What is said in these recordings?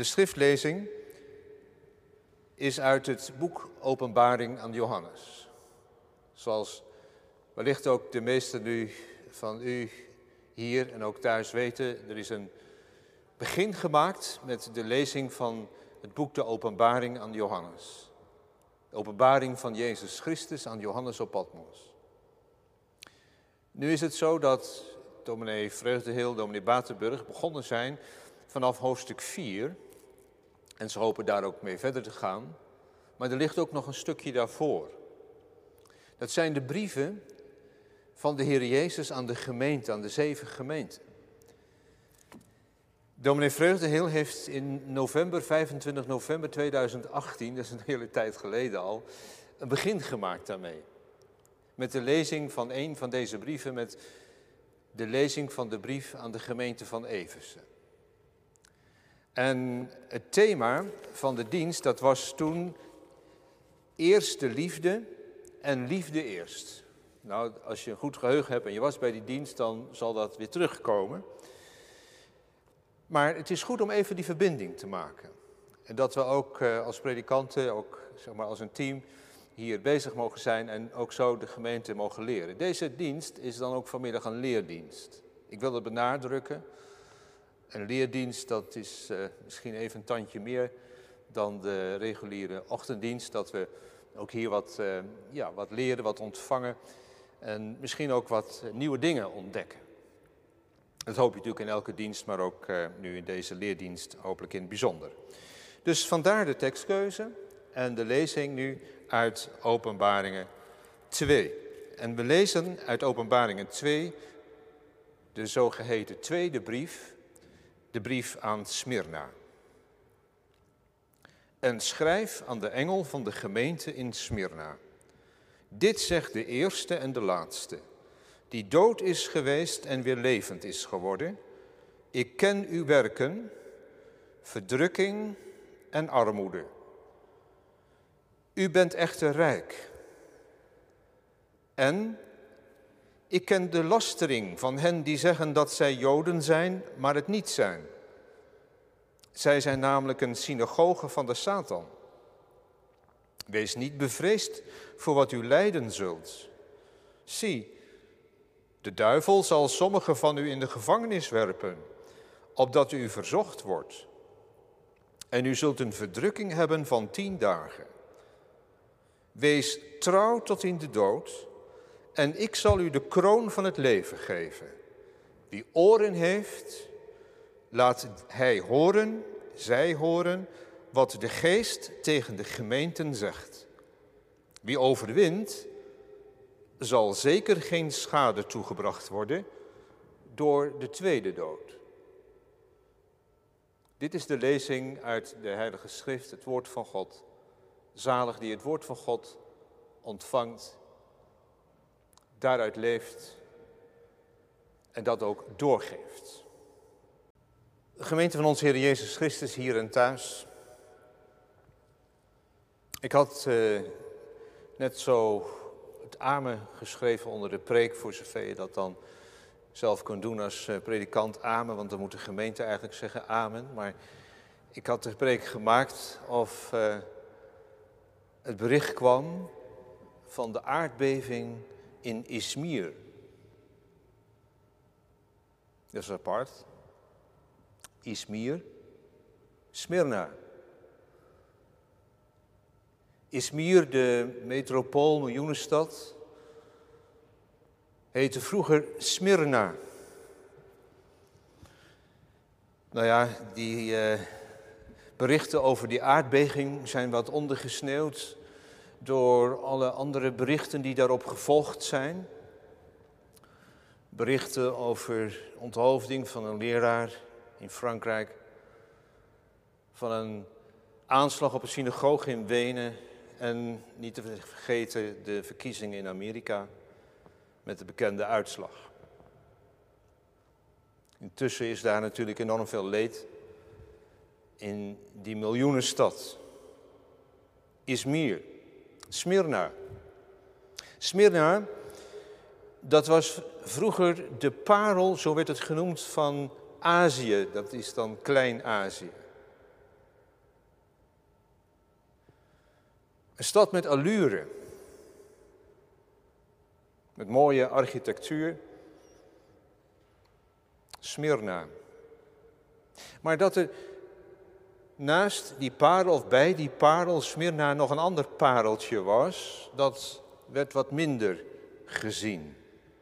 de schriftlezing is uit het boek Openbaring aan Johannes. Zoals wellicht ook de meesten van u hier en ook thuis weten, er is een begin gemaakt met de lezing van het boek De Openbaring aan Johannes. De openbaring van Jezus Christus aan Johannes op Patmos. Nu is het zo dat dominee Vreugdeheel, dominee Batenburg begonnen zijn vanaf hoofdstuk 4. En ze hopen daar ook mee verder te gaan. Maar er ligt ook nog een stukje daarvoor. Dat zijn de brieven van de Heer Jezus aan de gemeente, aan de 7 gemeenten. Dominee Vreugdeheel heeft in 25 november 2018, dat is een hele tijd geleden al, een begin gemaakt daarmee. Met de lezing van een van deze brieven, met de lezing van de brief aan de gemeente van Efeze. En het thema van de dienst, dat was toen eerst de liefde en liefde eerst. Nou, als je een goed geheugen hebt en je was bij die dienst, dan zal dat weer terugkomen. Maar het is goed om even die verbinding te maken. En dat we ook als predikanten, ook zeg maar als een team, hier bezig mogen zijn en ook zo de gemeente mogen leren. Deze dienst is dan ook vanmiddag een leerdienst. Ik wil het benadrukken. Een leerdienst, dat is misschien even een tandje meer dan de reguliere ochtenddienst. Dat we ook hier wat leren, wat ontvangen en misschien ook wat nieuwe dingen ontdekken. Dat hoop je natuurlijk in elke dienst, maar ook nu in deze leerdienst hopelijk in het bijzonder. Dus vandaar de tekstkeuze en de lezing nu uit Openbaringen 2. En we lezen uit Openbaringen 2 de zogeheten tweede brief, de brief aan Smyrna. En schrijf aan de engel van de gemeente in Smyrna. Dit zegt de eerste en de laatste, die dood is geweest en weer levend is geworden. Ik ken uw werken, verdrukking en armoede. U bent echter rijk. En ik ken de lastering van hen die zeggen dat zij Joden zijn, maar het niet zijn. Zij zijn namelijk een synagoge van de Satan. Wees niet bevreesd voor wat u lijden zult. Zie, de duivel zal sommigen van u in de gevangenis werpen, opdat u verzocht wordt. En u zult een verdrukking hebben van 10 dagen. Wees trouw tot in de dood, en ik zal u de kroon van het leven geven. Wie oren heeft, laat hij horen, zij horen, wat de geest tegen de gemeenten zegt. Wie overwint, zal zeker geen schade toegebracht worden door de tweede dood. Dit is de lezing uit de Heilige Schrift, het woord van God. Zalig die het woord van God ontvangt, daaruit leeft en dat ook doorgeeft. De gemeente van onze Heer Jezus Christus hier en thuis. Ik had net zo het amen geschreven onder de preek, voor zover je dat dan zelf kunt doen als predikant, amen, want dan moet de gemeente eigenlijk zeggen amen. Maar ik had de preek gemaakt of het bericht kwam van de aardbeving in Izmir. Dat is apart. Izmir, Smyrna. Izmir, de metropool, miljoenenstad, heette vroeger Smyrna. Nou ja, die berichten over die aardbeving zijn wat ondergesneeuwd door alle andere berichten die daarop gevolgd zijn. Berichten over onthoofding van een leraar in Frankrijk, van een aanslag op een synagoge in Wenen en niet te vergeten de verkiezingen in Amerika met de bekende uitslag. Intussen is daar natuurlijk enorm veel leed in die miljoenenstad. Izmir, Smyrna. Smyrna, dat was vroeger de parel, zo werd het genoemd, van Azië. Dat is dan Klein-Azië. Een stad met allure, met mooie architectuur, Smyrna. Maar dat er naast die parel of bij die parel Smyrna nog een ander pareltje was, dat werd wat minder gezien.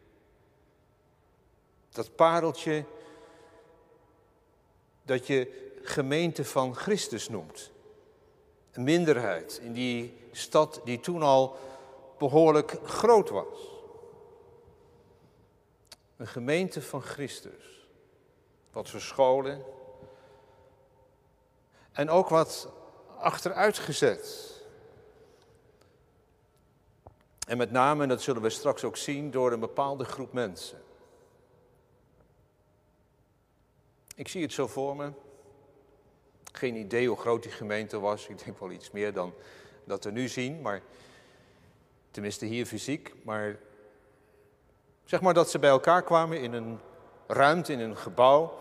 Dat pareltje dat je gemeente van Christus noemt. Een minderheid in die stad die toen al behoorlijk groot was. Een gemeente van Christus. Wat verscholen. En ook wat achteruitgezet. En met name, en dat zullen we straks ook zien, door een bepaalde groep mensen. Ik zie het zo voor me. Geen idee hoe groot die gemeente was. Ik denk wel iets meer dan dat we nu zien. Maar tenminste hier fysiek. Maar zeg maar dat ze bij elkaar kwamen in een ruimte, in een gebouw.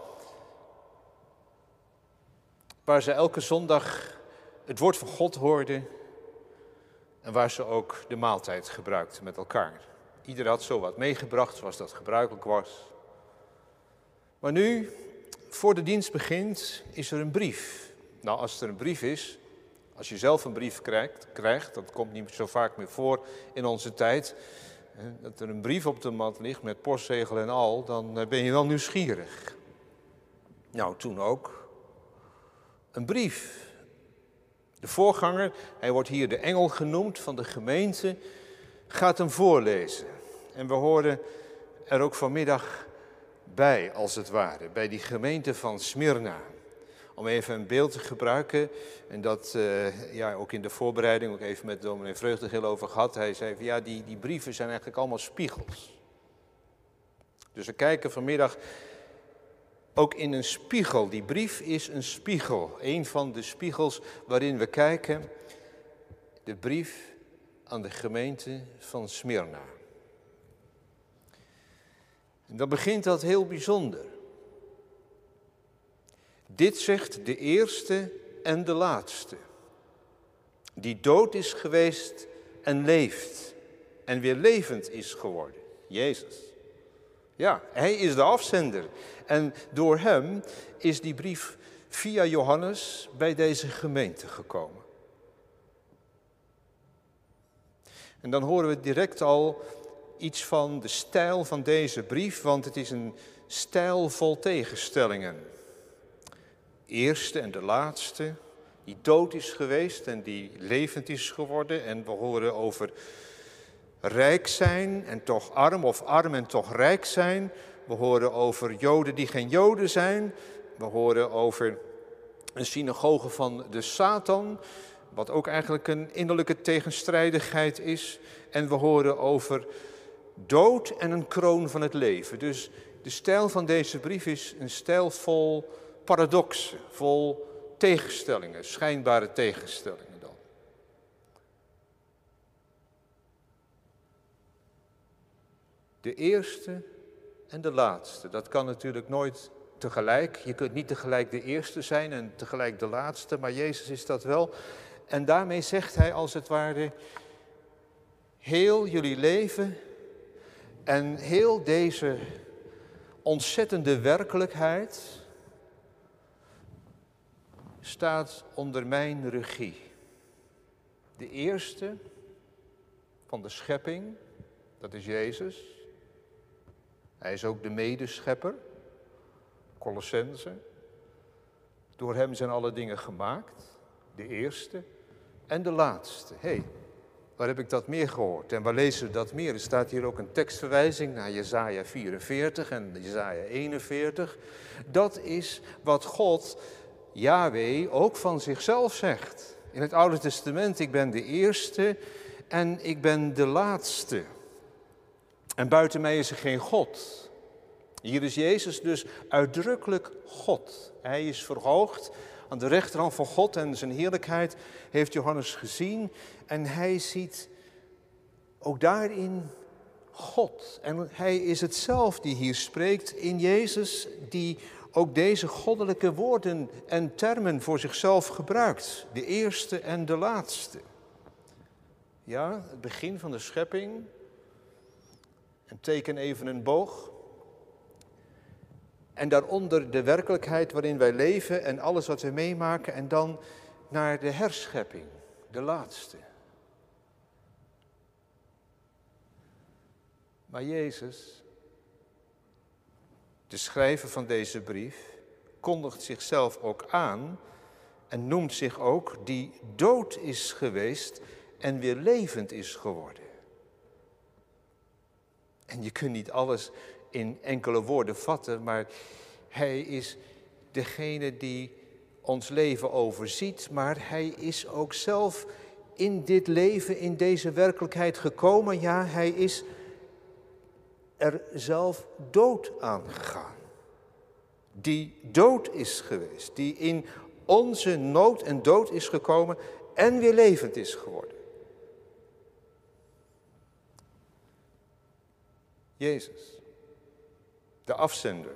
Waar ze elke zondag het woord van God hoorden. En waar ze ook de maaltijd gebruikten met elkaar. Ieder had zo wat meegebracht zoals dat gebruikelijk was. Maar nu, voor de dienst begint, is er een brief. Nou, als er een brief is, als je zelf een brief krijgt, dat komt niet zo vaak meer voor in onze tijd, dat er een brief op de mat ligt met postzegel en al, dan ben je wel nieuwsgierig. Nou, toen ook. Een brief. De voorganger, hij wordt hier de engel genoemd van de gemeente, gaat hem voorlezen. En we horen er ook vanmiddag bij, als het ware, bij die gemeente van Smyrna. Om even een beeld te gebruiken, en dat ook in de voorbereiding, ook even met dominee Vreugdegil over gehad. Hij zei van ja, die brieven zijn eigenlijk allemaal spiegels. Dus we kijken vanmiddag ook in een spiegel. Die brief is een spiegel, een van de spiegels waarin we kijken. De brief aan de gemeente van Smyrna. En dan begint dat heel bijzonder. Dit zegt de eerste en de laatste, die dood is geweest en leeft en weer levend is geworden, Jezus. Ja, hij is de afzender en door hem is die brief via Johannes bij deze gemeente gekomen. En dan horen we direct al iets van de stijl van deze brief, want het is een stijl vol tegenstellingen. Eerste en de laatste, die dood is geweest en die levend is geworden. En we horen over rijk zijn en toch arm, of arm en toch rijk zijn. We horen over Joden die geen Joden zijn. We horen over een synagoge van de Satan, wat ook eigenlijk een innerlijke tegenstrijdigheid is. En we horen over dood en een kroon van het leven. Dus de stijl van deze brief is een stijl vol paradoxen, vol tegenstellingen, schijnbare tegenstellingen dan. De eerste en de laatste, dat kan natuurlijk nooit tegelijk. Je kunt niet tegelijk de eerste zijn en tegelijk de laatste, maar Jezus is dat wel. En daarmee zegt hij als het ware, heel jullie leven en heel deze ontzettende werkelijkheid staat onder mijn regie. De eerste van de schepping, dat is Jezus. Hij is ook de medeschepper, Colossense. Door hem zijn alle dingen gemaakt, de eerste en de laatste. Hé, waar heb ik dat meer gehoord? En waar lezen we dat meer? Er staat hier ook een tekstverwijzing naar Jesaja 44 en Jesaja 41. Dat is wat God, Yahweh, ook van zichzelf zegt. In het Oude Testament, ik ben de eerste en ik ben de laatste. En buiten mij is er geen God. Hier is Jezus dus uitdrukkelijk God. Hij is verhoogd aan de rechterhand van God en zijn heerlijkheid heeft Johannes gezien. En hij ziet ook daarin God. En hij is het zelf die hier spreekt in Jezus, die ook deze goddelijke woorden en termen voor zichzelf gebruikt. De eerste en de laatste. Ja, het begin van de schepping. En teken even een boog. En daaronder de werkelijkheid waarin wij leven en alles wat we meemaken. En dan naar de herschepping, de laatste. Maar Jezus, de schrijver van deze brief, kondigt zichzelf ook aan en noemt zich ook die dood is geweest en weer levend is geworden. En je kunt niet alles in enkele woorden vatten, maar hij is degene die ons leven overziet, maar hij is ook zelf in dit leven, in deze werkelijkheid gekomen. Ja, hij is er zelf dood aan gegaan. Die dood is geweest, die in onze nood en dood is gekomen en weer levend is geworden. Jezus, de afzender.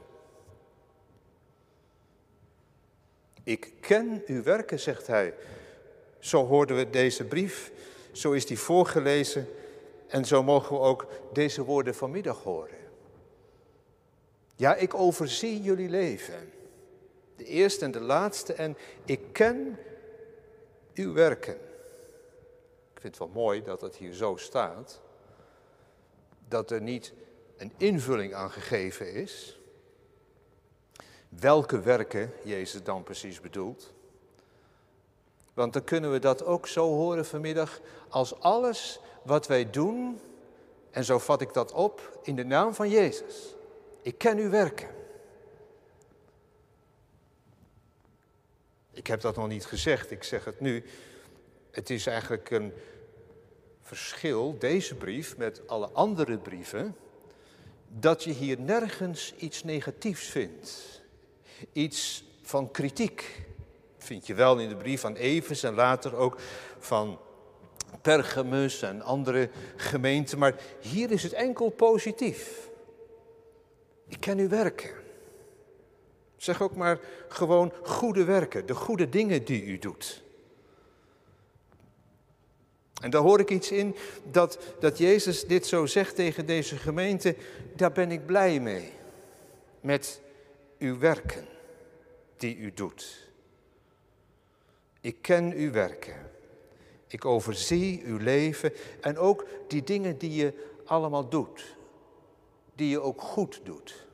Ik ken uw werken, zegt hij. Zo hoorden we deze brief, zo is die voorgelezen en zo mogen we ook deze woorden vanmiddag horen. Ja, ik overzie jullie leven, de eerste en de laatste, en ik ken uw werken. Ik vind het wel mooi dat het hier zo staat, dat er niet een invulling aan gegeven is, welke werken Jezus dan precies bedoelt. Want dan kunnen we dat ook zo horen vanmiddag, als alles wat wij doen, en zo vat ik dat op, in de naam van Jezus. Ik ken uw werken. Ik heb dat nog niet gezegd, ik zeg het nu. Het is eigenlijk een verschil, deze brief, met alle andere brieven, dat je hier nergens iets negatiefs vindt. Iets van kritiek. Vind je wel in de brief van Efeze en later ook van Pergamus en andere gemeenten. Maar hier is het enkel positief. Ik ken uw werken. Zeg ook maar gewoon goede werken, de goede dingen die u doet. En daar hoor ik iets in dat Jezus dit zo zegt tegen deze gemeente. Daar ben ik blij mee. Met uw werken die u doet. Ik ken uw werken. Ik overzie uw leven en ook die dingen die je allemaal doet. Die je ook goed doet.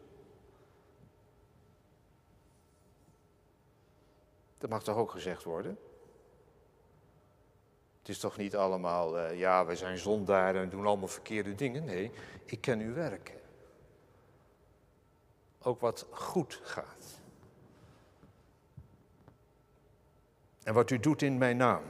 Dat mag toch ook gezegd worden? Het is toch niet allemaal, ja, wij zijn zondaren en doen allemaal verkeerde dingen. Nee, ik ken uw werken. Ook wat goed gaat. En wat u doet in mijn naam.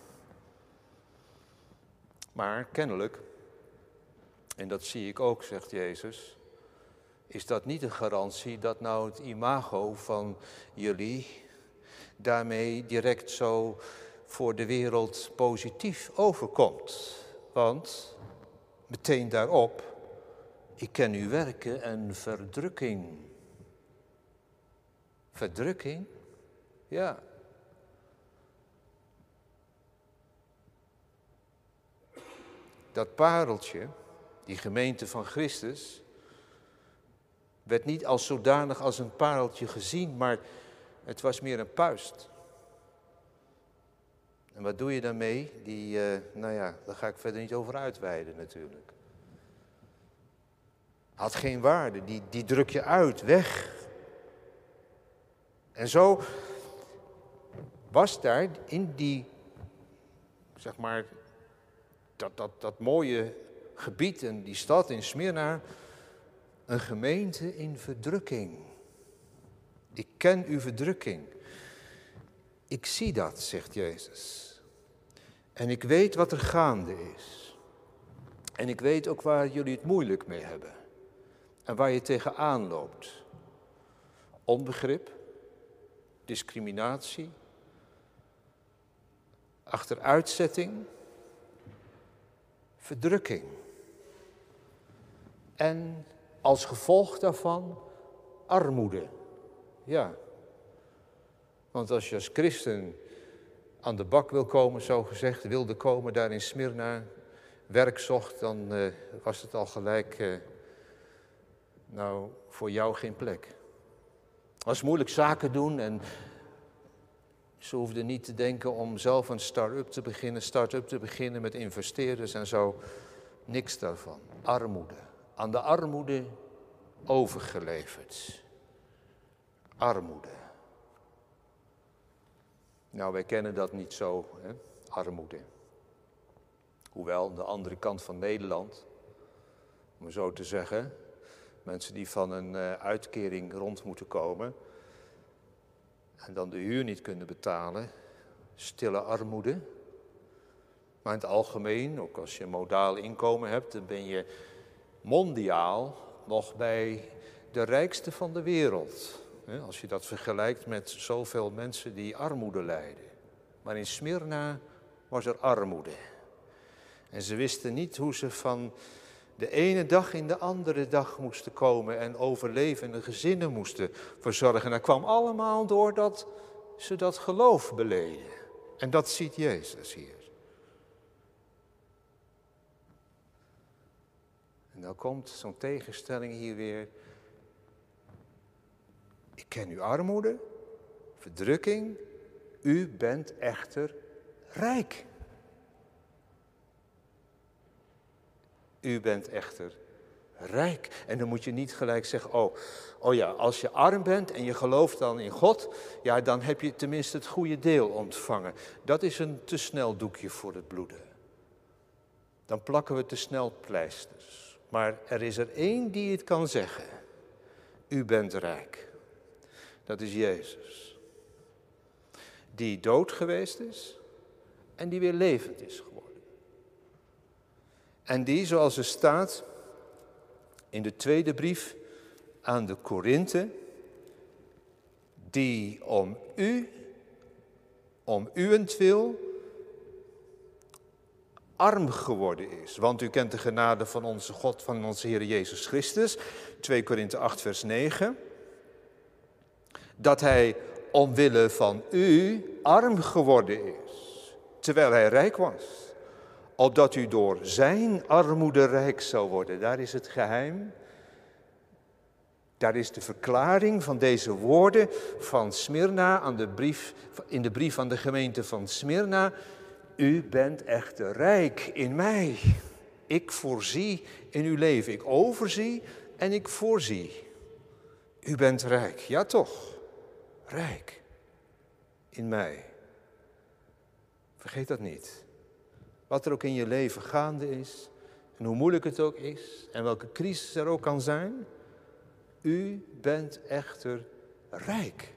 Maar kennelijk, en dat zie ik ook, zegt Jezus, is dat niet een garantie dat nou het imago van jullie daarmee direct zo voor de wereld positief overkomt. Want meteen daarop, ik ken uw werken en verdrukking. Verdrukking? Ja. Dat pareltje, die gemeente van Christus, werd niet als zodanig als een pareltje gezien, maar het was meer een puist. En wat doe je daarmee? Daar ga ik verder niet over uitweiden natuurlijk. Had geen waarde, die druk je uit, weg. En zo was daar in die, zeg maar, dat mooie gebied en die stad in Smyrna, een gemeente in verdrukking. Ik ken uw verdrukking. Ik zie dat, zegt Jezus. En ik weet wat er gaande is. En ik weet ook waar jullie het moeilijk mee hebben. En waar je tegenaan loopt. Onbegrip, discriminatie, achteruitzetting, verdrukking. En als gevolg daarvan armoede. Ja, want als je als christen aan de bak wil komen, zo gezegd, wilde komen daar in Smyrna, werk zocht, dan was het al gelijk, nou, voor jou geen plek. Het was moeilijk zaken doen en ze hoefden niet te denken om zelf een start-up te beginnen met investeerders en zo. Niks daarvan. Armoede. Aan de armoede overgeleverd. Armoede. Nou, wij kennen dat niet zo, hè? Armoede. Hoewel, aan de andere kant van Nederland, om zo te zeggen, mensen die van een uitkering rond moeten komen en dan de huur niet kunnen betalen, stille armoede. Maar in het algemeen, ook als je een modaal inkomen hebt, dan ben je mondiaal nog bij de rijkste van de wereld. Als je dat vergelijkt met zoveel mensen die armoede lijden. Maar in Smyrna was er armoede. En ze wisten niet hoe ze van de ene dag in de andere dag moesten komen en overleven en de gezinnen moesten verzorgen. En dat kwam allemaal doordat ze dat geloof beleden. En dat ziet Jezus hier. En dan komt zo'n tegenstelling hier weer. Ik ken uw armoede, verdrukking, u bent echter rijk. U bent echter rijk. En dan moet je niet gelijk zeggen, oh ja, als je arm bent en je gelooft dan in God, ja, dan heb je tenminste het goede deel ontvangen. Dat is een te snel doekje voor het bloeden. Dan plakken we te snel pleisters. Maar er is er één die het kan zeggen. U bent rijk. Dat is Jezus. Die dood geweest is en die weer levend is geworden. En die, zoals er staat in de tweede brief aan de Korinthe, die om uwentwil arm geworden is. Want u kent de genade van onze God, van onze Heer Jezus Christus, 2 Korinthe 8 vers 9. Dat hij omwille van u arm geworden is, terwijl hij rijk was. Opdat u door zijn armoede rijk zou worden. Daar is het geheim. Daar is de verklaring van deze woorden van Smyrna in de brief aan de gemeente van Smyrna. U bent echter rijk in mij. Ik voorzie in uw leven. Ik overzie en ik voorzie. U bent rijk. Ja toch. Rijk. In mij. Vergeet dat niet. Wat er ook in je leven gaande is. En hoe moeilijk het ook is. En welke crisis er ook kan zijn. U bent echter rijk.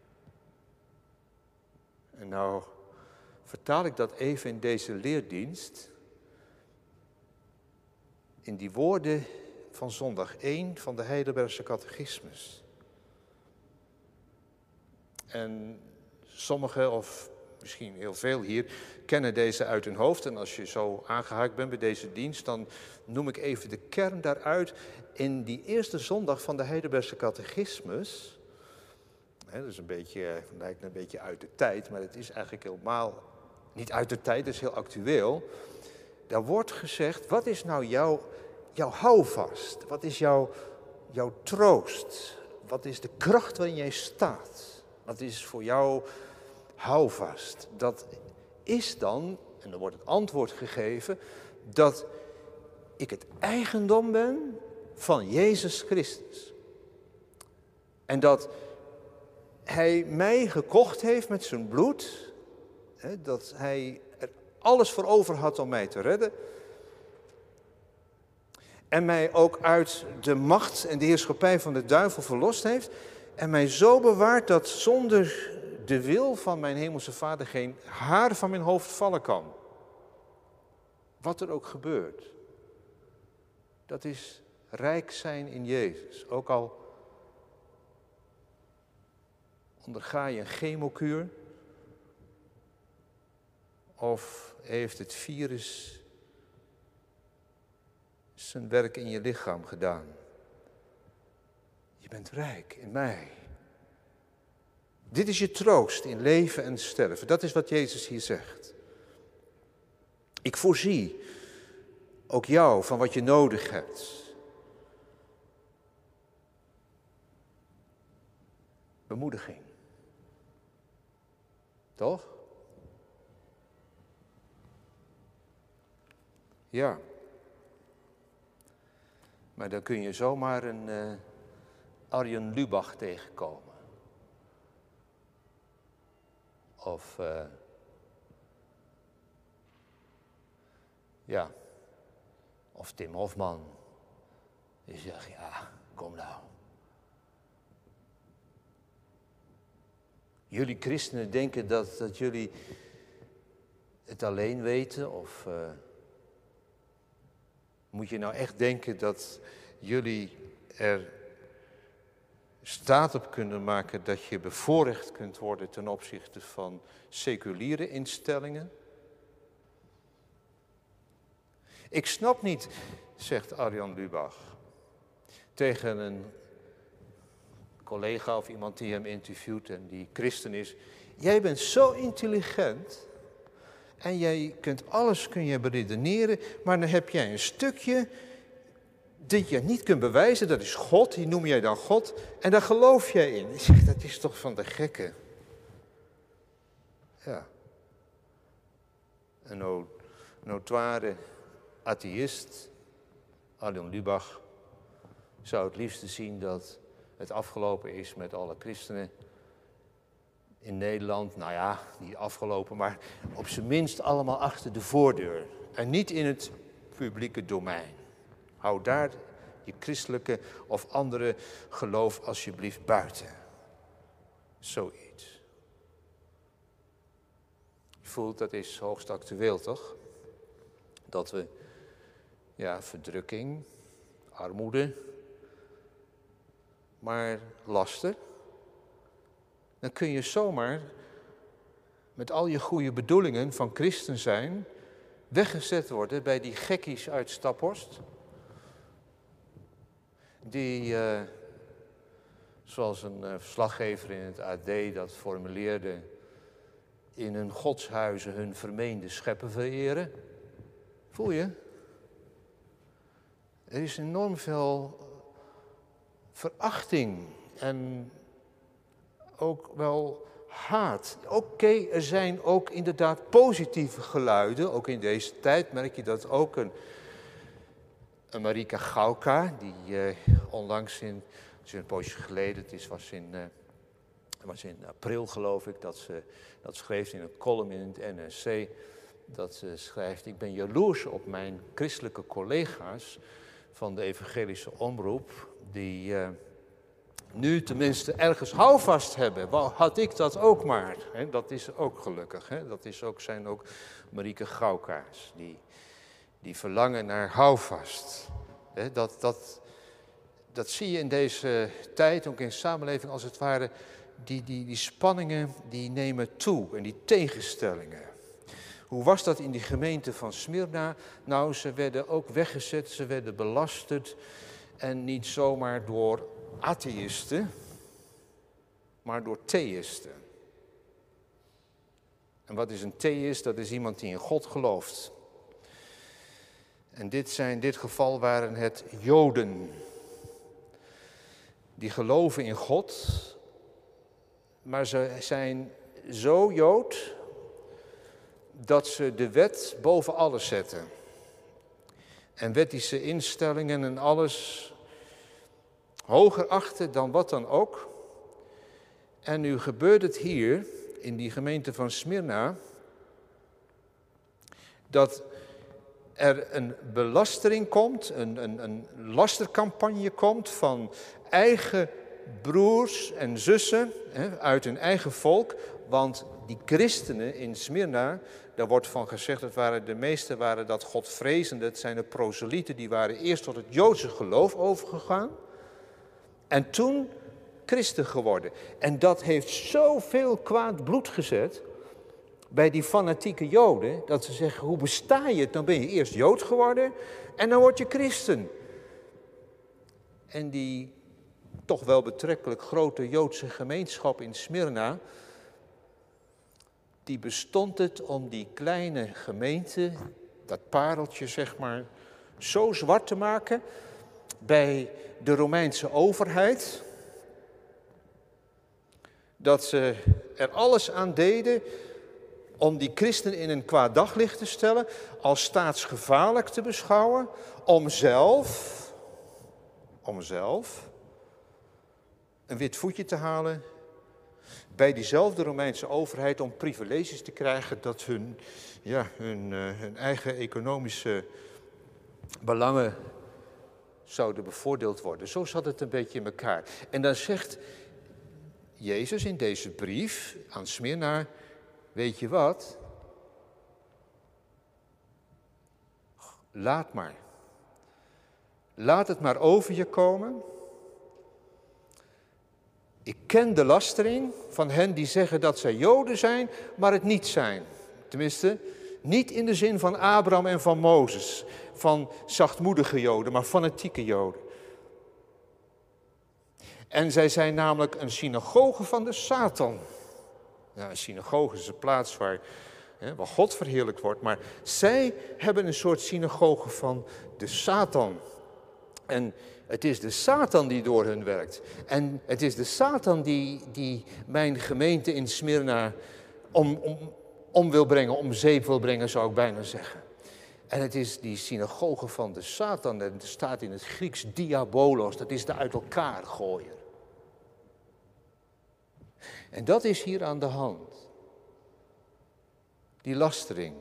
En nou vertaal ik dat even in deze leerdienst. In die woorden van zondag 1 van de Heidelbergse catechismus. En sommigen, of misschien heel veel hier, kennen deze uit hun hoofd. En als je zo aangehaakt bent bij deze dienst, dan noem ik even de kern daaruit. In die eerste zondag van de Heidelbergse catechismus, dat is lijkt een beetje uit de tijd, maar het is eigenlijk helemaal niet uit de tijd, het is heel actueel. Daar wordt gezegd, wat is nou jouw houvast? Wat is jouw troost? Wat is de kracht waarin jij staat? Wat is voor jou houvast? Dat is dan, en dan wordt het antwoord gegeven, dat ik het eigendom ben van Jezus Christus. En dat hij mij gekocht heeft met zijn bloed, dat hij er alles voor over had om mij te redden. En mij ook uit de macht en de heerschappij van de duivel verlost heeft. En mij zo bewaart dat zonder de wil van mijn hemelse Vader geen haar van mijn hoofd vallen kan. Wat er ook gebeurt. Dat is rijk zijn in Jezus. Ook al onderga je een chemokuur. Of heeft het virus zijn werk in je lichaam gedaan. Je bent rijk in mij. Dit is je troost in leven en sterven. Dat is wat Jezus hier zegt. Ik voorzie ook jou van wat je nodig hebt. Bemoediging. Toch? Ja. Maar dan kun je zomaar een Arjen Lubach tegenkomen. Of of Tim Hofman. Die zegt, ja, kom nou. Jullie christenen denken dat jullie het alleen weten? Of moet je nou echt denken dat jullie er staat op kunnen maken dat je bevoorrecht kunt worden ten opzichte van seculiere instellingen? Ik snap niet, zegt Arjan Lubach, tegen een collega of iemand die hem interviewt en die christen is. Jij bent zo intelligent en jij kunt alles beredeneren, maar dan heb jij een stukje dat je niet kunt bewijzen, dat is God, die noem jij dan God, en daar geloof jij in. Ik zeg, dat is toch van de gekken. Ja. Een notoire atheïst, Arjan Lubach, zou het liefste zien dat het afgelopen is met alle christenen in Nederland. Nou ja, niet afgelopen, maar op zijn minst allemaal achter de voordeur. En niet in het publieke domein. Hou daar je christelijke of andere geloof alsjeblieft buiten. Zoiets. Je voelt, dat is hoogst actueel, toch? Dat we, verdrukking, armoede, maar laster. Dan kun je zomaar met al je goede bedoelingen van christen zijn weggezet worden bij die gekkies uit Staphorst. Die, zoals een verslaggever in het AD dat formuleerde, in hun godshuizen hun vermeende scheppen vereren. Voel je? Er is enorm veel verachting en ook wel haat. Oké, er zijn ook inderdaad positieve geluiden. Ook in deze tijd merk je dat ook een Marika Gauka, die onlangs het is een poosje geleden, het was in april geloof ik, dat schreef in een column in het NRC, dat ze schrijft, ik ben jaloers op mijn christelijke collega's van de evangelische omroep, die nu tenminste ergens houvast hebben. Had ik dat ook maar. Hè? Dat is ook gelukkig. Hè? Zijn ook Marieke Gauka's. Die verlangen naar houvast. Hè? Dat zie je in deze tijd, ook in de samenleving als het ware. Die spanningen die nemen toe en die tegenstellingen. Hoe was dat in die gemeente van Smyrna? Nou, ze werden ook weggezet, ze werden belasterd. En niet zomaar door atheïsten, maar door theïsten. En wat is een theïst? Dat is iemand die in God gelooft. En in dit geval waren het Joden. Die geloven in God, maar ze zijn zo Jood dat ze de wet boven alles zetten. En wettische instellingen en alles hoger achten dan wat dan ook. En nu gebeurt het hier, in die gemeente van Smyrna, dat er een belastering komt, een lastercampagne komt van eigen broers en zussen uit hun eigen volk. Want die christenen in Smyrna, daar wordt van gezegd, de meeste waren dat godvrezenden, het zijn de proselieten, die waren eerst tot het Joodse geloof overgegaan. En toen christen geworden. En dat heeft zoveel kwaad bloed gezet bij die fanatieke Joden, dat ze zeggen, hoe besta je het? Dan ben je eerst Jood geworden en dan word je christen. En die toch wel betrekkelijk grote Joodse gemeenschap in Smyrna, die bestond het om die kleine gemeente, dat pareltje zeg maar, zo zwart te maken bij de Romeinse overheid, dat ze er alles aan deden om die christenen in een kwaad daglicht te stellen, als staatsgevaarlijk te beschouwen, om zelf een wit voetje te halen bij diezelfde Romeinse overheid om privileges te krijgen dat hun eigen economische belangen zouden bevoordeeld worden. Zo zat het een beetje in elkaar. En dan zegt Jezus in deze brief aan Smyrna, weet je wat? Laat maar. Laat het maar over je komen. Ik ken de lastering van hen die zeggen dat zij Joden zijn, maar het niet zijn. Tenminste, niet in de zin van Abraham en van Mozes, van zachtmoedige Joden, maar fanatieke Joden. En zij zijn namelijk een synagoge van de Satan. Ja, een synagoge is een plaats waar God verheerlijkt wordt, maar zij hebben een soort synagoge van de Satan. En het is de Satan die door hun werkt. En het is de Satan die mijn gemeente in Smyrna om wil brengen, om zeep wil brengen, zou ik bijna zeggen. En het is die synagoge van de Satan, en het staat in het Grieks diabolos, dat is de uit elkaar gooier. En dat is hier aan de hand. Die lastering.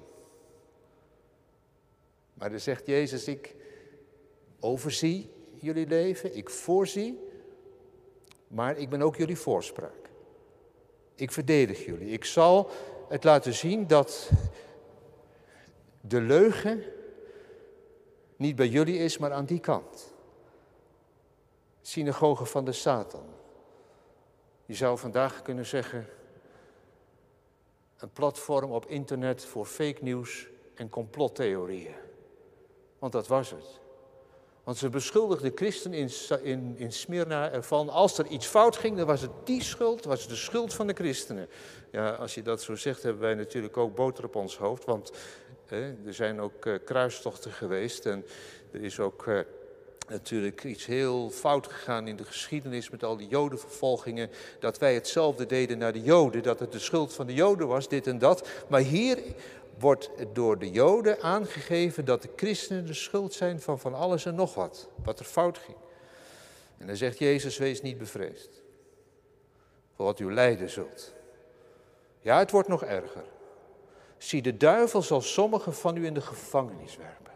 Maar dan zegt Jezus, ik overzie jullie leven, ik voorzie, maar ik ben ook jullie voorspraak. Ik verdedig jullie. Ik zal het laten zien dat de leugen niet bij jullie is, maar aan die kant. Synagoge van de Satan. Je zou vandaag kunnen zeggen, een platform op internet voor fake nieuws en complottheorieën. Want dat was het. Want ze beschuldigden christenen in Smyrna ervan, als er iets fout ging, dan was het die schuld, was het de schuld van de christenen. Ja, als je dat zo zegt, hebben wij natuurlijk ook boter op ons hoofd, want er zijn ook kruistochten geweest en er is ook natuurlijk iets heel fout gegaan in de geschiedenis met al die jodenvervolgingen, dat wij hetzelfde deden naar de joden, dat het de schuld van de joden was, dit en dat. Maar hier wordt door de Joden aangegeven dat de christenen de schuld zijn van alles en nog wat er fout ging. En dan zegt Jezus, wees niet bevreesd voor wat u lijden zult. Ja, het wordt nog erger. Zie, de duivel zal sommigen van u in de gevangenis werpen,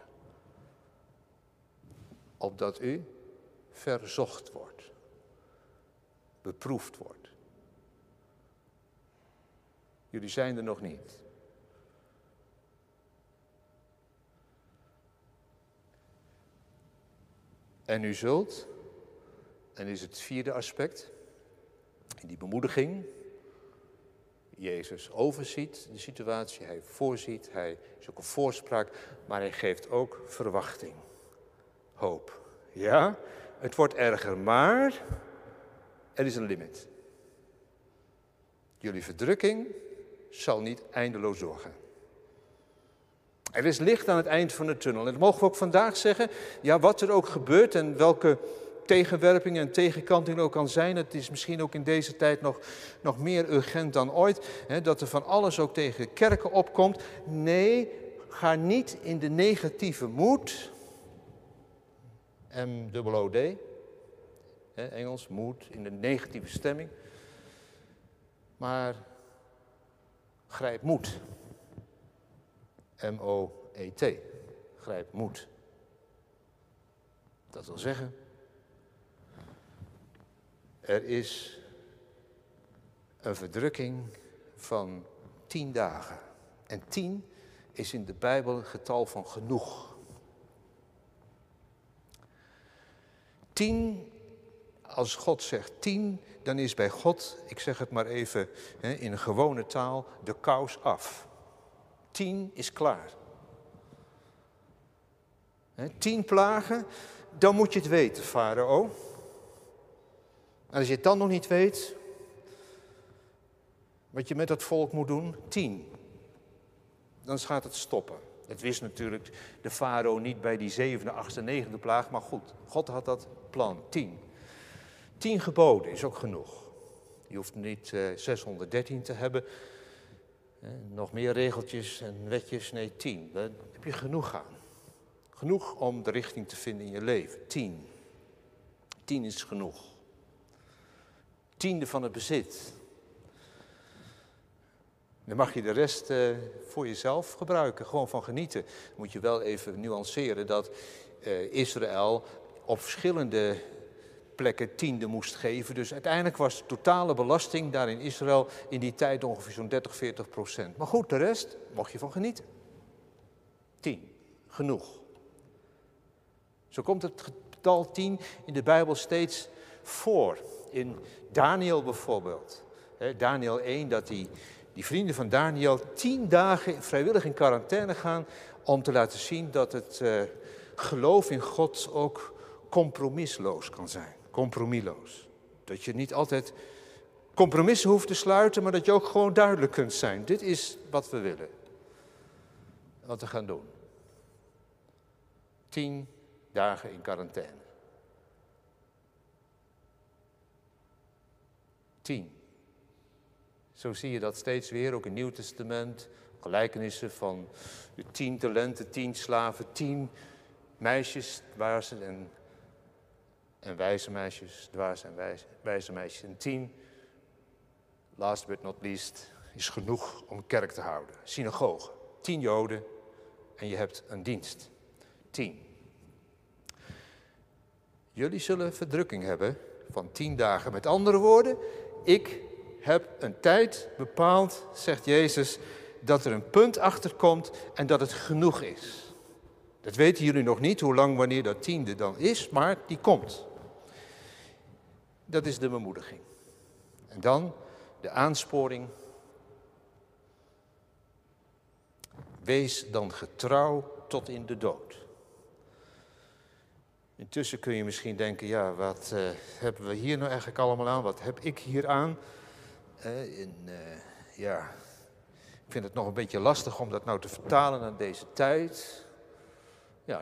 opdat u verzocht wordt, beproefd wordt. Jullie zijn er nog niet. En u zult, en is het vierde aspect, in die bemoediging, Jezus overziet de situatie, hij voorziet, hij is ook een voorspraak, maar hij geeft ook verwachting, hoop. Ja, het wordt erger, maar er is een limiet. Jullie verdrukking zal niet eindeloos doorgaan. Er is licht aan het eind van de tunnel. En dat mogen we ook vandaag zeggen. Ja, wat er ook gebeurt en welke tegenwerpingen en tegenkantingen ook kan zijn. Het is misschien ook in deze tijd nog meer urgent dan ooit. Dat er van alles ook tegen kerken opkomt. Nee, ga niet in de negatieve moed. M-O-O-D. Engels, moed, in de negatieve stemming. Maar grijp moed. M-O-E-T. Grijp moed. Dat wil zeggen, er is een verdrukking van 10 dagen. En 10 is in de Bijbel een getal van genoeg. 10, als God zegt 10, dan is bij God, ik zeg het maar even in een gewone taal, de kous af. 10 is klaar. 10 plagen, dan moet je het weten, farao. En als je het dan nog niet weet, wat je met dat volk moet doen, 10. Dan gaat het stoppen. Het wist natuurlijk de farao niet bij die 7e, 8e, 9e plaag, maar goed, God had dat plan, 10. 10 geboden is ook genoeg. Je hoeft niet 613 te hebben, nog meer regeltjes en wetjes, nee 10. Daar heb je genoeg aan. Genoeg om de richting te vinden in je leven, 10. 10 is genoeg. 10e van het bezit. Dan mag je de rest voor jezelf gebruiken, gewoon van genieten. Dan moet je wel even nuanceren dat Israël op verschillende plekken 10e moest geven. Dus uiteindelijk was de totale belasting daar in Israël in die tijd ongeveer zo'n 30-40%. Maar goed, de rest mocht je van genieten. 10, genoeg. Zo komt het getal 10 in de Bijbel steeds voor. In Daniel bijvoorbeeld. Daniel 1, dat die vrienden van Daniel 10 dagen vrijwillig in quarantaine gaan om te laten zien dat het geloof in God ook compromisloos kan zijn. Compromisloos. Dat je niet altijd compromissen hoeft te sluiten, maar dat je ook gewoon duidelijk kunt zijn. Dit is wat we willen. Wat we gaan doen. 10 dagen in quarantaine. 10. Zo zie je dat steeds weer, ook in het Nieuw Testament. Gelijkenissen van de 10 talenten, 10 slaven, 10 meisjes, dwaze en wijze meisjes, dwaze en wijze meisjes. En 10, last but not least, is genoeg om kerk te houden. Synagoge, 10 Joden en je hebt een dienst. 10. Jullie zullen verdrukking hebben van 10 dagen. Met andere woorden, ik heb een tijd bepaald, zegt Jezus, dat er een punt achter komt en dat het genoeg is. Dat weten jullie nog niet, hoe lang, wanneer dat 10e dan is, maar die komt. Dat is de bemoediging. En dan de aansporing. Wees dan getrouw tot in de dood. Intussen kun je misschien denken, ja, wat hebben we hier nou eigenlijk allemaal aan? Wat heb ik hier aan? Ja, ik vind het nog een beetje lastig om dat nou te vertalen naar deze tijd. Ja,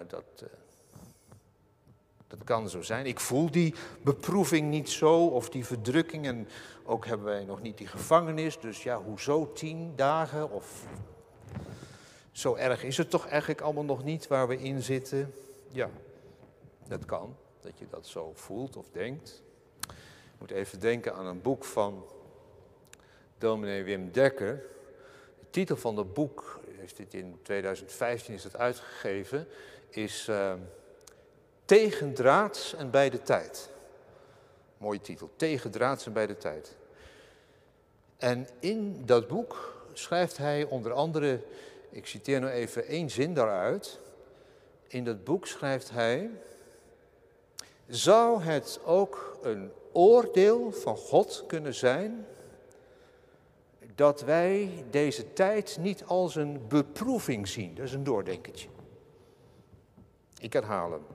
dat kan zo zijn. Ik voel die beproeving niet zo, of die verdrukking. En ook hebben wij nog niet die gevangenis. Dus ja, hoezo 10 dagen? Of zo erg is het toch eigenlijk allemaal nog niet waar we in zitten? Ja, dat kan, dat je dat zo voelt of denkt. Ik moet even denken aan een boek van dominee Wim Dekker. De titel van dat boek, heeft dit in 2015 is het uitgegeven, is Tegendraads en bij de tijd. Mooie titel, Tegendraads en bij de tijd. En in dat boek schrijft hij onder andere, ik citeer nou even 1 zin daaruit. In dat boek schrijft hij: zou het ook een oordeel van God kunnen zijn dat wij deze tijd niet als een beproeving zien? Dat is een doordenkertje. Ik herhaal hem.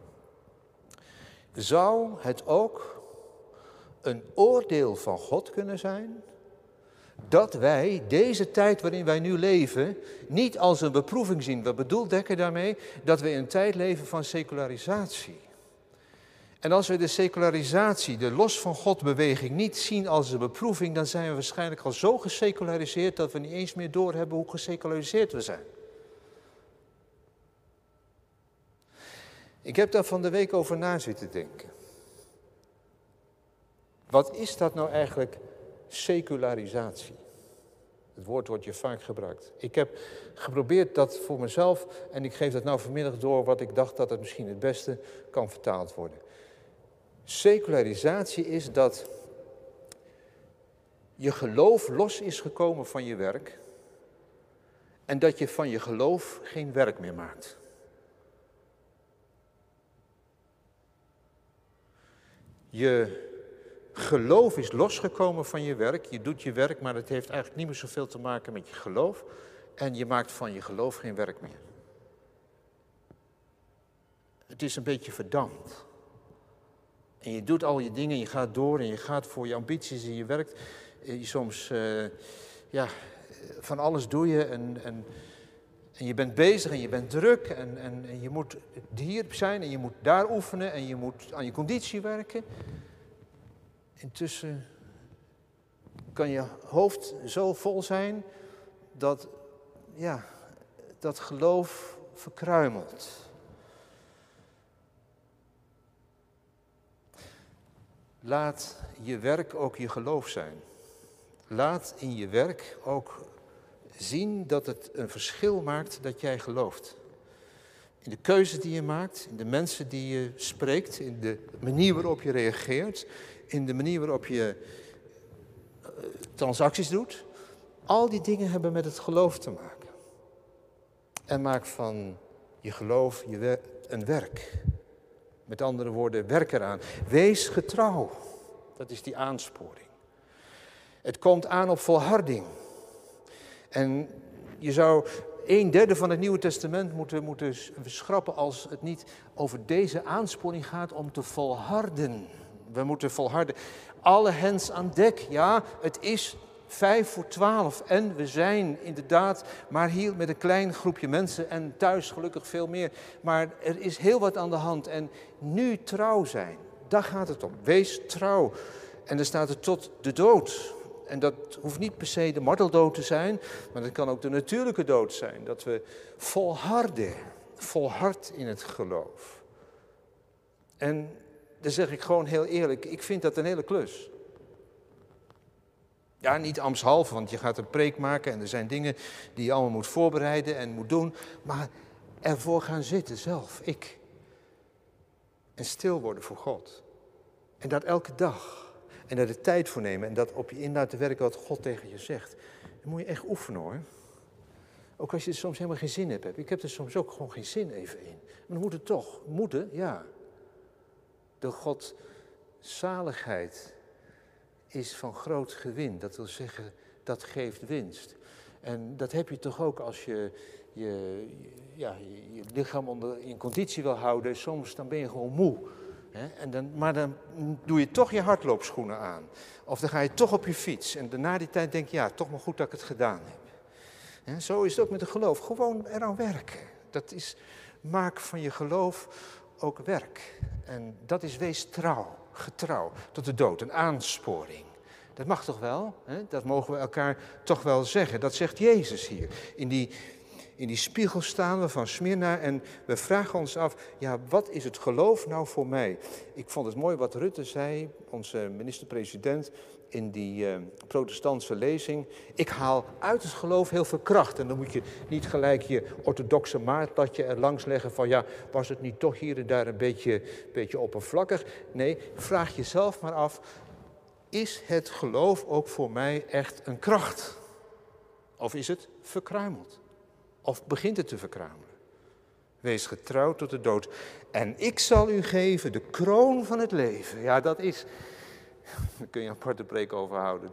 Zou het ook een oordeel van God kunnen zijn dat wij deze tijd waarin wij nu leven niet als een beproeving zien? Wat bedoelt Dekker daarmee? Dat we in een tijd leven van secularisatie. En als we de secularisatie, de los van God beweging niet zien als een beproeving, dan zijn we waarschijnlijk al zo geseculariseerd dat we niet eens meer doorhebben hoe geseculariseerd we zijn. Ik heb daar van de week over na zitten denken. Wat is dat nou eigenlijk, secularisatie? Het woord wordt hier vaak gebruikt. Ik heb geprobeerd dat voor mezelf, en ik geef dat nou vanmiddag door, wat ik dacht dat het misschien het beste kan vertaald worden. Secularisatie is dat je geloof los is gekomen van je werk en dat je van je geloof geen werk meer maakt. Je geloof is losgekomen van je werk. Je doet je werk, maar het heeft eigenlijk niet meer zoveel te maken met je geloof. En je maakt van je geloof geen werk meer. Het is een beetje verdampt. En je doet al je dingen, je gaat door en je gaat voor je ambities en je werkt. Je soms, van alles doe je en je bent bezig en je bent druk en je moet hier zijn en je moet daar oefenen en je moet aan je conditie werken. Intussen kan je hoofd zo vol zijn dat geloof verkruimelt. Laat je werk ook je geloof zijn. Laat in je werk ook zien dat het een verschil maakt dat jij gelooft. In de keuzes die je maakt, in de mensen die je spreekt, in de manier waarop je reageert, in de manier waarop je transacties doet. Al die dingen hebben met het geloof te maken. En maak van je geloof een werk. Met andere woorden, werk eraan. Wees getrouw. Dat is die aansporing. Het komt aan op volharding. En je zou 1/3 van het Nieuwe Testament moeten schrappen als het niet over deze aansporing gaat om te volharden. We moeten volharden. Alle hens aan dek. Ja, het is 11:55 en we zijn inderdaad maar hier met een klein groepje mensen en thuis gelukkig veel meer. Maar er is heel wat aan de hand en nu trouw zijn, daar gaat het om. Wees trouw. En dan staat er tot de dood. En dat hoeft niet per se de marteldood te zijn, maar dat kan ook de natuurlijke dood zijn. Dat we volhard in het geloof. En dan zeg ik gewoon heel eerlijk, ik vind dat een hele klus. Ja, niet ambtshalve, want je gaat een preek maken en er zijn dingen die je allemaal moet voorbereiden en moet doen. Maar ervoor gaan zitten zelf, ik. En stil worden voor God. En dat elke dag. En daar de tijd voor nemen en dat op je in laten werken wat God tegen je zegt. Dan moet je echt oefenen hoor. Ook als je er soms helemaal geen zin in hebt. Ik heb er soms ook gewoon geen zin even in. Maar dan moet het toch. Moeten, ja. De God zaligheid is van groot gewin. Dat wil zeggen, dat geeft winst. En dat heb je toch ook als je lichaam in conditie wil houden. Soms dan ben je gewoon moe. Maar dan doe je toch je hardloopschoenen aan. Of dan ga je toch op je fiets. En na die tijd denk je, ja, toch maar goed dat ik het gedaan heb. Zo is het ook met het geloof. Gewoon eraan werken. Maak van je geloof ook werk. En dat is wees trouw, getrouw, tot de dood, een aansporing. Dat mag toch wel? Dat mogen we elkaar toch wel zeggen. Dat zegt Jezus hier. In die spiegel staan we van Smyrna en we vragen ons af, ja, wat is het geloof nou voor mij? Ik vond het mooi wat Rutte zei, onze minister-president, in die protestantse lezing. Ik haal uit het geloof heel veel kracht. En dan moet je niet gelijk je orthodoxe maatlatje er langs leggen van, ja, was het niet toch hier en daar een beetje oppervlakkig? Nee, vraag jezelf maar af, is het geloof ook voor mij echt een kracht? Of is het verkruimeld? Of begint het te verkruimelen? Wees getrouw tot de dood. En ik zal u geven de kroon van het leven. Ja, daar kun je een aparte preek over houden.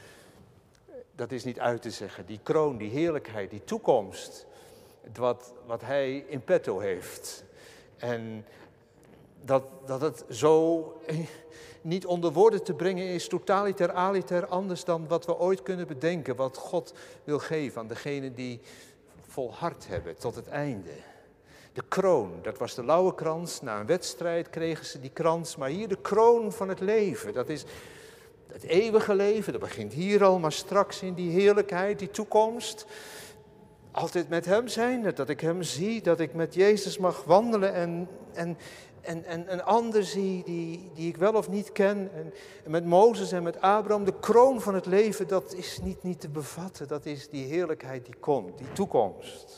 Dat is niet uit te zeggen. Die kroon, die heerlijkheid, die toekomst. Wat hij in petto heeft. En dat het zo niet onder woorden te brengen is, totaliter, aliter, anders dan wat we ooit kunnen bedenken. Wat God wil geven aan degenen die volhard hebben tot het einde. De kroon, dat was de lauwerkrans. Na een wedstrijd kregen ze die krans. Maar hier de kroon van het leven. Dat is het eeuwige leven. Dat begint hier al, maar straks in die heerlijkheid, die toekomst. Altijd met hem zijn, dat ik hem zie, dat ik met Jezus mag wandelen en een ander zie die ik wel of niet ken. En met Mozes en met Abraham, de kroon van het leven, dat is niet te bevatten. Dat is die heerlijkheid die komt, die toekomst.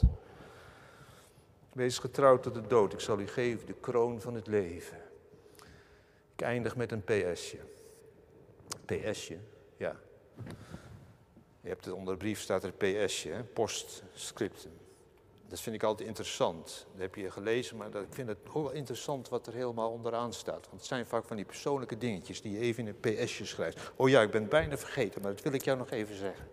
Wees getrouw tot de dood, ik zal u geven de kroon van het leven. Ik eindig met een PS'je. PS'je, ja. Je hebt het onder de brief staat er PS'je, postscriptum. Dat vind ik altijd interessant. Dat heb je gelezen, maar ik vind het ook wel interessant wat er helemaal onderaan staat. Want het zijn vaak van die persoonlijke dingetjes die je even in een PS'je schrijft. Oh ja, ik ben het bijna vergeten, maar dat wil ik jou nog even zeggen.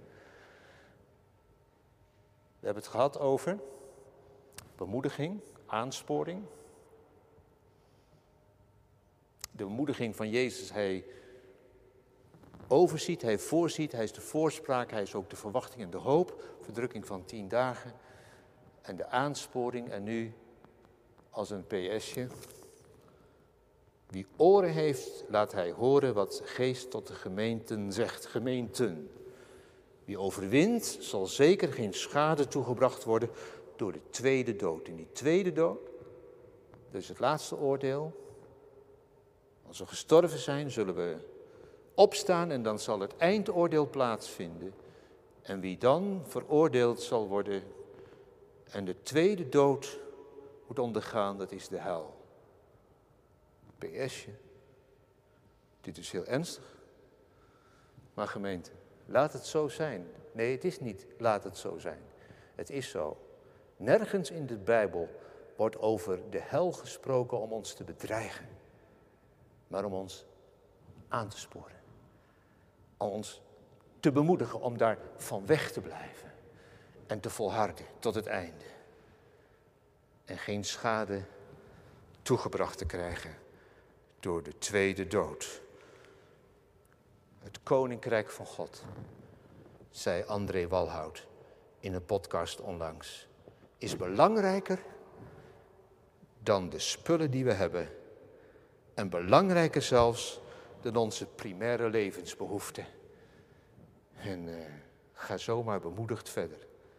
We hebben het gehad over bemoediging, aansporing. de bemoediging van Jezus, hij overziet, hij voorziet, hij is de voorspraak, hij is ook de verwachting en de hoop, verdrukking van 10 dagen en de aansporing. En nu als een PS'je, wie oren heeft, laat hij horen wat de Geest tot de gemeenten zegt. Gemeenten. Wie overwint, zal zeker geen schade toegebracht worden door de tweede dood. In die tweede dood, dus het laatste oordeel, als we gestorven zijn, zullen we opstaan en dan zal het eindoordeel plaatsvinden. En wie dan veroordeeld zal worden en de tweede dood moet ondergaan, dat is de hel. PS'je, dit is heel ernstig. Maar gemeente, laat het zo zijn. Nee, het is niet laat het zo zijn. Het is zo. Nergens in de Bijbel wordt over de hel gesproken om ons te bedreigen, maar om ons aan te sporen. Om ons te bemoedigen om daar van weg te blijven en te volharden tot het einde. En geen schade toegebracht te krijgen door de tweede dood. Het Koninkrijk van God, zei André Walhout in een podcast onlangs, is belangrijker dan de spullen die we hebben. En belangrijker zelfs dan onze primaire levensbehoeften. En ga zomaar bemoedigd verder.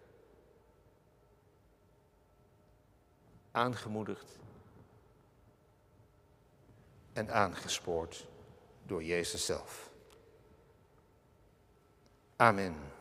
Aangemoedigd en aangespoord door Jezus zelf. Amen.